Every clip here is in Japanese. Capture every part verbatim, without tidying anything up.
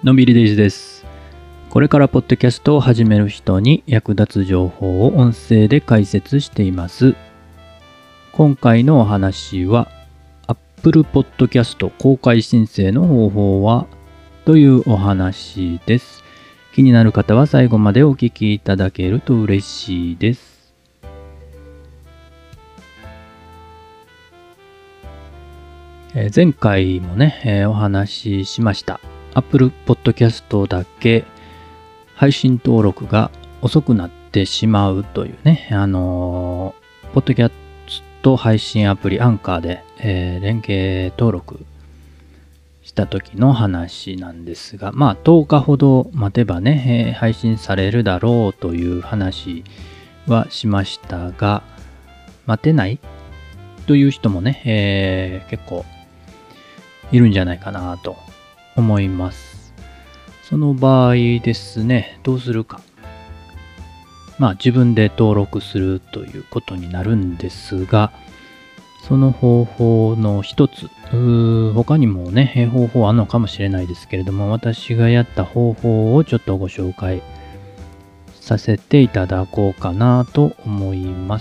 のんびりデイジです。これからポッドキャストを始める人に役立つ情報を音声で解説しています。今回のお話は Apple Podcast 公開申請の方法はというお話です。気になる方は最後までお聞きいただけると嬉しいです。えー、前回もね、えー、お話ししました。Apple Podcast だけ配信登録が遅くなってしまうというね、あのー、ポッドキャスト配信アプリアンカーで、えー、連携登録した時の話なんですが、まあとおかほど待てばね、えー、配信されるだろうという話はしましたが、待てないという人もね、えー、結構いるんじゃないかなと思います。その場合ですね、どうするか。まあ自分で登録するということになるんですが、その方法の一つ、他にもね、方法あるのかもしれないですけれども、私がやった方法をちょっとご紹介させていただこうかなと思います。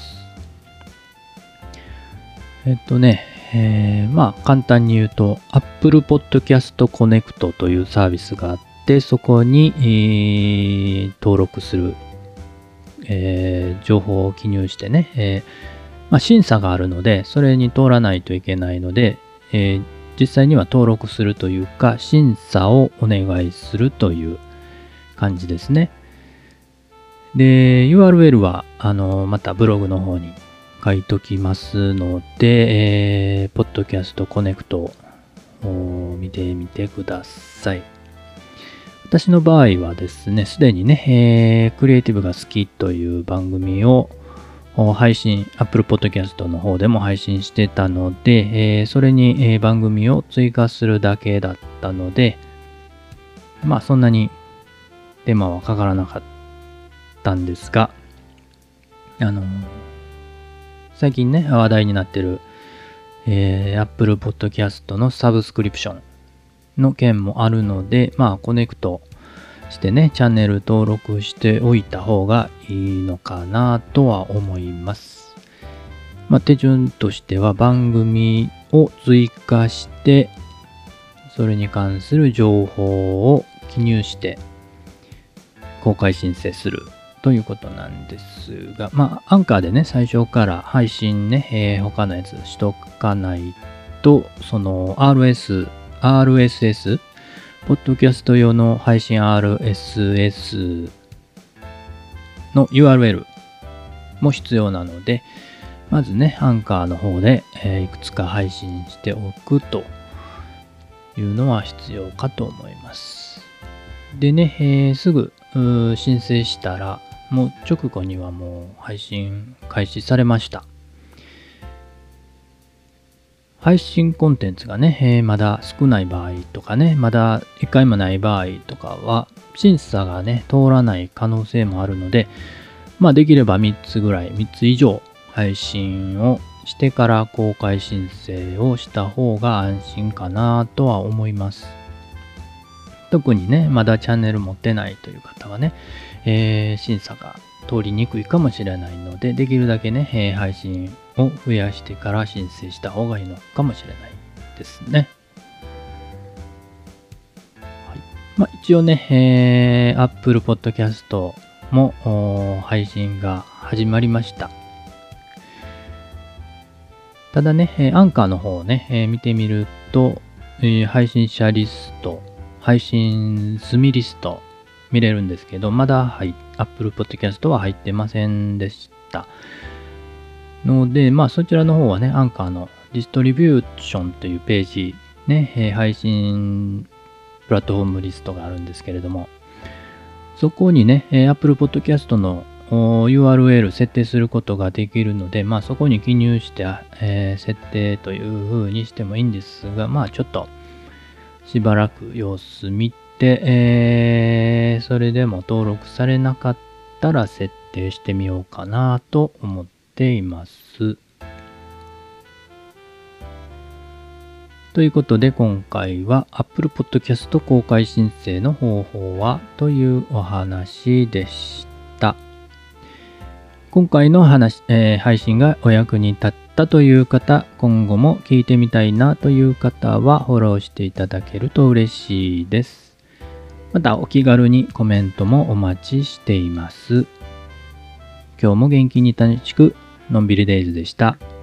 えっとね、えー、まあ簡単に言うと Apple Podcast Connect というサービスがあってそこに、えー、登録する、えー、情報を記入してね、えーまあ、審査があるのでそれに通らないといけないので、えー、実際には登録するというか審査をお願いするという感じですね。で ユーアールエル はあのまたブログの方に書いときますので、えー、ポッドキャストコネクトを見てみてください。私の場合はですね、すでにね、えー、クリエイティブが好きという番組を配信、Apple Podcast の方でも配信してたので、えー、それに、えー、番組を追加するだけだったので、まあそんなに手間はかからなかったんですが、あのー最近ね、話題になってる、えー、Apple Podcast のサブスクリプションの件もあるので、まあ、コネクトしてね、チャンネル登録しておいた方がいいのかなとは思います。まあ、手順としては番組を追加して、それに関する情報を記入して、公開申請する。ということなんですが、まあ、アンカーでね、最初から配信ね、えー、他のやつしとかないと、その アールエス、アールエスエス、ポッドキャスト用の配信 アールエスエス の ユーアールエル も必要なので、まずね、アンカーの方で、えー、いくつか配信しておくというのは必要かと思います。でね、えー、すぐ申請したら、もう直後にはもう配信開始されました。配信コンテンツがね、えー、まだ少ない場合とかね、まだいっかいもない場合とかは、審査がね、通らない可能性もあるので、まあできればみっつぐらい、みっつ以上配信をしてから公開申請をした方が安心かなとは思います。特にね、まだチャンネル持ってないという方はね、えー、審査が通りにくいかもしれないので、できるだけね、えー、配信を増やしてから申請した方がいいのかもしれないですね。はい、まあ、一応ね、えー、Apple Podcast も配信が始まりました。ただね、アンカーの方をね、えー、見てみると、えー、配信者リスト、配信済リスト見れるんですけど、まだ、はい、Apple Podcast は入ってませんでした。ので、まあそちらの方はね、アンカーのディストリビューションというページ、ね、えー、配信プラットフォームリストがあるんですけれども、そこにね、えー、Apple Podcast の ユーアールエル 設定することができるので、まあそこに記入して、えー、設定という風にしてもいいんですが、まあちょっとしばらく様子見て、えー、それでも登録されなかったら設定してみようかなと思っています。 ということで今回は Apple Podcast 公開申請の方法はというお話でした。今回の話、えー、配信がお役に立ったという方、今後も聞いてみたいなという方はフォローしていただけると嬉しいです。またお気軽にコメントもお待ちしています。今日も元気に楽しくのんびりデイズでした。